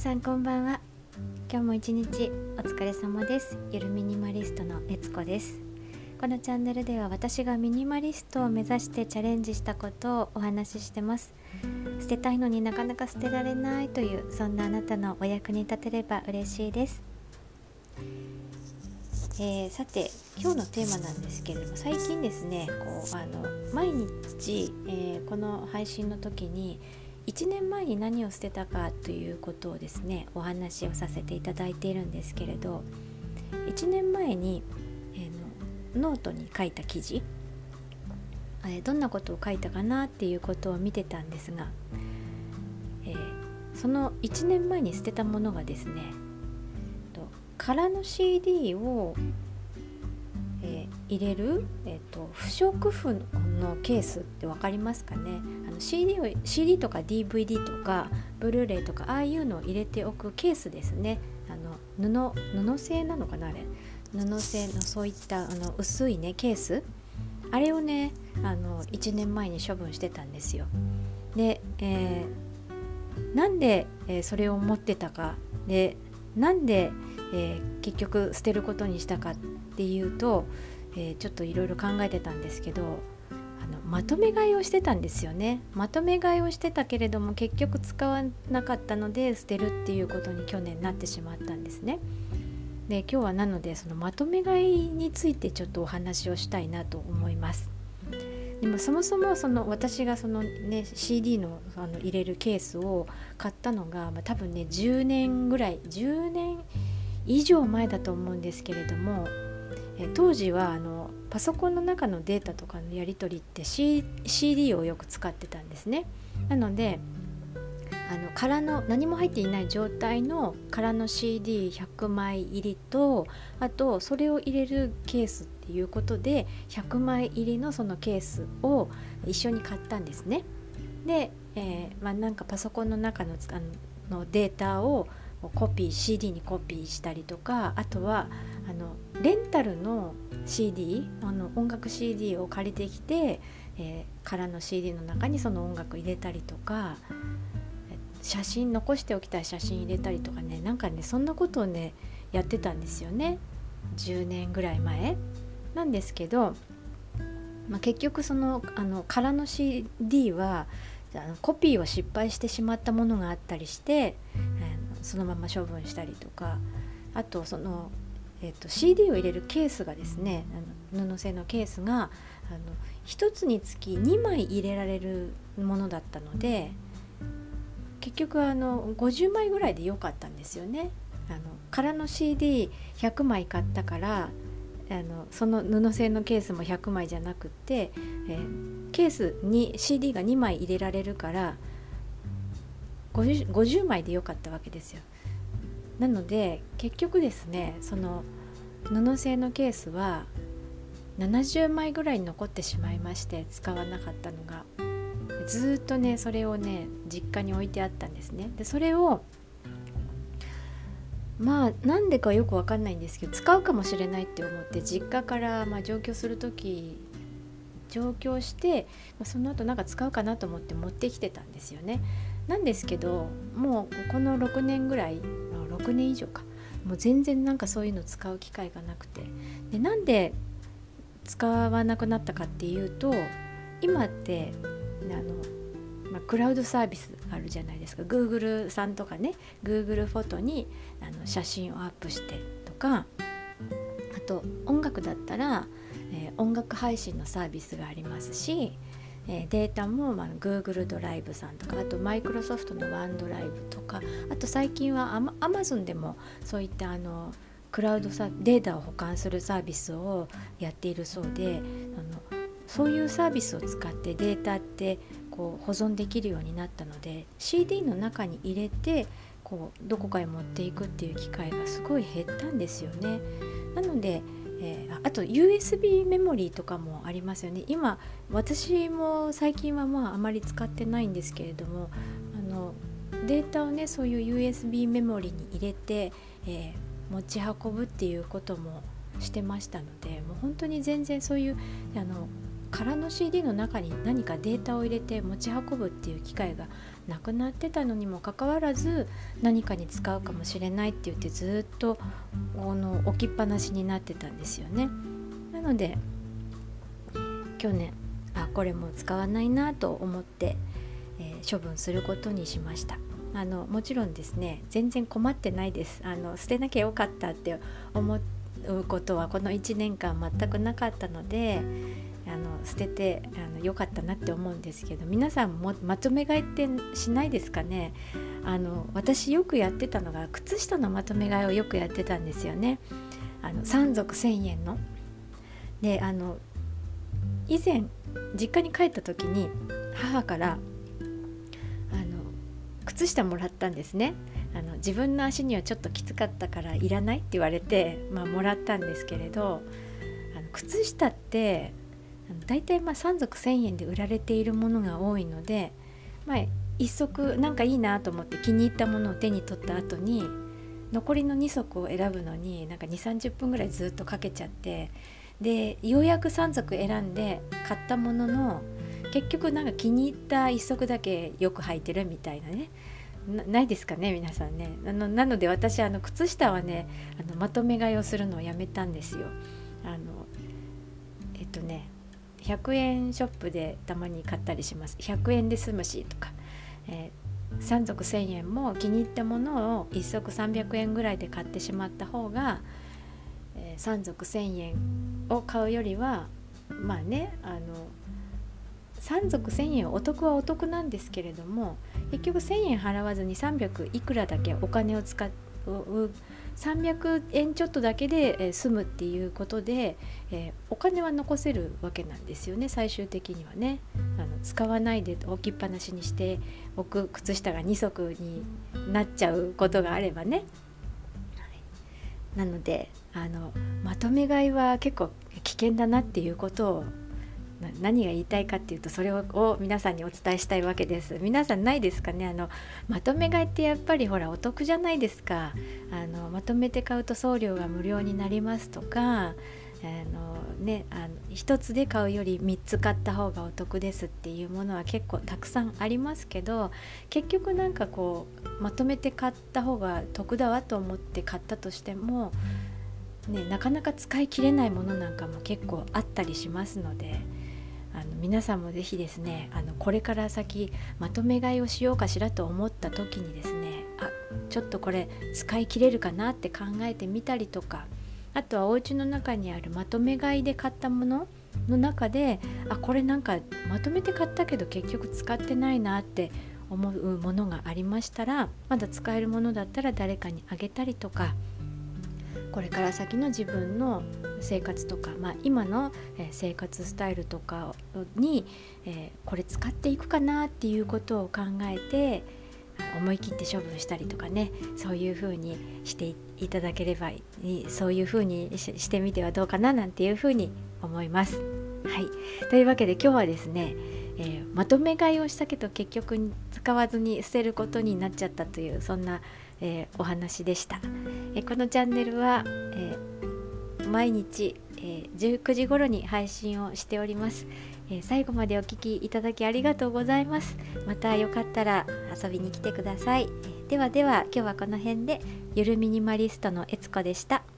さんこんばんは。今日も一日お疲れ様です。ゆるミニマリストのえつこです。このチャンネルでは私がミニマリストを目指してチャレンジしたことをお話ししてます。捨てたいのになかなか捨てられないという、そんなあなたのお役に立てれば嬉しいです。さて今日のテーマなんですけれども、最近ですね毎日、この配信の時に1年前に何を捨てたかということをですねお話をさせていただいているんですけれど、1年前に、ノートに書いた記事、どんなことを書いたかなっていうことを見てたんですが、その1年前に捨てたものがですね、空の CD を、入れる、不織布のケースって分かりますかね。CD とか DVD とかブルーレイとかああいうのを入れておくケースですね。布製なのかな、あれ布製のそういった薄いねケース、あれをね1年前に処分してたんですよ。で、なんで、それを持ってたかで、なんで、結局捨てることにしたかっていうと、ちょっといろいろ考えてたんですけど、まとめ買いをしてたんですよね。まとめ買いをしてたけれども結局使わなかったので捨てるっていうことに去年なってしまったんですね。で今日はなのでそのまとめ買いについてちょっとお話をしたいなと思います。でもそもそも私がCD の、入れるケースを買ったのが、多分ね10年以上前だと思うんですけれども、当時はパソコンの中のデータとかのやり取りって、CD をよく使ってたんですね。なので空の何も入っていない状態の空の CD100 枚入りと、あとそれを入れるケースっていうことで100枚入りのそのケースを一緒に買ったんですね。で、なんかパソコンの中のデータをCD にコピーしたりとか、あとはレンタルの CD、音楽 CD を借りてきて、空の CD の中にその音楽入れたりとか、写真残しておきたい写真入れたりとかね、なんかねそんなことをねやってたんですよね。10年ぐらい前なんですけど、結局空の CD はコピーを失敗してしまったものがあったりして、そのまま処分したりとか、あとCD を入れるケースがですね、布製のケースが1つにつき2枚入れられるものだったので、結局50枚ぐらいで良かったんですよね。空の CD100 枚買ったから、その布製のケースも100枚じゃなくて、ケースに CD が2枚入れられるから50枚で良かったわけですよ。なので結局ですね、その布製のケースは70枚ぐらいに残ってしまいまして、使わなかったのがずっとねそれをね実家に置いてあったんですね。でそれをなんでかよくわかんないんですけど、使うかもしれないって思って実家から上京する時上京して、その後なんか使うかなと思って持ってきてたんですよね。なんですけど、もうこの6年ぐらい6年以上か、もう全然なんかそういうの使う機会がなくて、でなんで使わなくなったかっていうと、今ってクラウドサービスあるじゃないですか。 Google さんとかね、 Google フォトに写真をアップしてとか、あと音楽だったら、音楽配信のサービスがありますし、データも、Google ドライブさんとか、あとマイクロソフトのワンドライブとか、あと最近はAmazon でもそういったクラウドデータを保管するサービスをやっているそうで、そういうサービスを使ってデータって保存できるようになったので、 CD の中に入れてどこかへ持っていくっていう機会がすごい減ったんですよね。なので、あと USB メモリーとかもありますよね。今私も最近はあまり使ってないんですけれども、データをねそういう USB メモリーに入れて、持ち運ぶっていうこともしてましたので、もう本当に全然そういう空の CD の中に何かデータを入れて持ち運ぶっていう機会がなくなってたのにもかかわらず、何かに使うかもしれないって言ってずっと置きっぱなしになってたんですよね。なので去年これも使わないなと思って、処分することにしました。もちろんですね、全然困ってないです。捨てなきゃよかったって思うことはこの1年間全くなかったので、捨ててよかったなって思うんですけど、皆さんもまとめ買いってしないですかね。私よくやってたのが靴下のまとめ買いをよくやってたんですよね。3足1000円ので、以前実家に帰った時に母から靴下もらったんですね。自分の足にはちょっときつかったからいらないって言われて、もらったんですけれど、靴下ってだいたい3足1000円で売られているものが多いので、1足なんかいいなと思って気に入ったものを手に取った後に残りの2足を選ぶのになんか 2,30 分ぐらいずっとかけちゃって、でようやく3足選んで買ったものの、結局なんか気に入った1足だけよく履いてるみたいなね、ないですかね皆さんね。なので私靴下はねまとめ買いをするのをやめたんですよ。100円ショップでたまに買ったりします。100円で済むしとか、3足1000円も気に入ったものを1足300円ぐらいで買ってしまった方が、3足1000円を買うよりは3足1000円お得はお得なんですけれども、結局1000円払わずに300いくらだけお金を使う、300円ちょっとだけで済むっていうことで、お金は残せるわけなんですよね。最終的にはね、使わないで置きっぱなしにしておく靴下が2足になっちゃうことがあればね。なのでまとめ買いは結構危険だなっていうことを、何が言いたいかっていうと、それを皆さんにお伝えしたいわけです。皆さんないですかね。まとめ買いってやっぱりお得じゃないですか。まとめて買うと送料が無料になりますとか、1つで買うより3つ買った方がお得ですっていうものは結構たくさんありますけど、結局なんかまとめて買った方が得だわと思って買ったとしても、なかなか使い切れないものなんかも結構あったりしますので、皆さんもぜひですね、これから先まとめ買いをしようかしらと思った時にですね、ちょっとこれ使い切れるかなって考えてみたりとか、あとはお家の中にあるまとめ買いで買ったものの中で、これなんかまとめて買ったけど結局使ってないなって思うものがありましたら、まだ使えるものだったら誰かにあげたりとか、これから先の自分の生活とか、今の生活スタイルとかに、これ使っていくかなっていうことを考えて思い切って処分したりとかね、そういう風にしていただければいい、そういう風にしてみてはどうかななんていう風に思います。はい、というわけで今日はですね、まとめ買いをしたけど結局使わずに捨てることになっちゃったという、そんなお話でした。このチャンネルは、毎日、19時頃に配信をしております。最後までお聞きいただきありがとうございます。またよかったら遊びに来てください。ではでは今日はこの辺で、ゆるミニマリストのえつこでした。